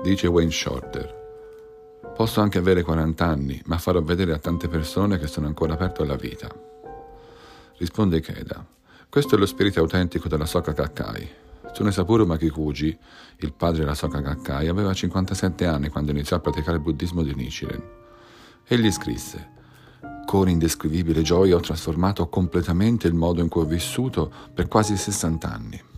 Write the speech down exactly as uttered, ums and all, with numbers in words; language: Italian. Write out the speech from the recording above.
Dice Wayne Shorter: posso anche avere quaranta anni, ma farò vedere a tante persone che sono ancora aperto alla vita. Risponde Ikeda: questo è lo spirito autentico della Soka Gakkai. Tsunesaburo Makikuji, il padre della Soka Gakkai, aveva cinquantasette anni quando iniziò a praticare il buddismo di Nichiren. Egli scrisse: con indescrivibile gioia ho trasformato completamente il modo in cui ho vissuto per quasi sessanta anni.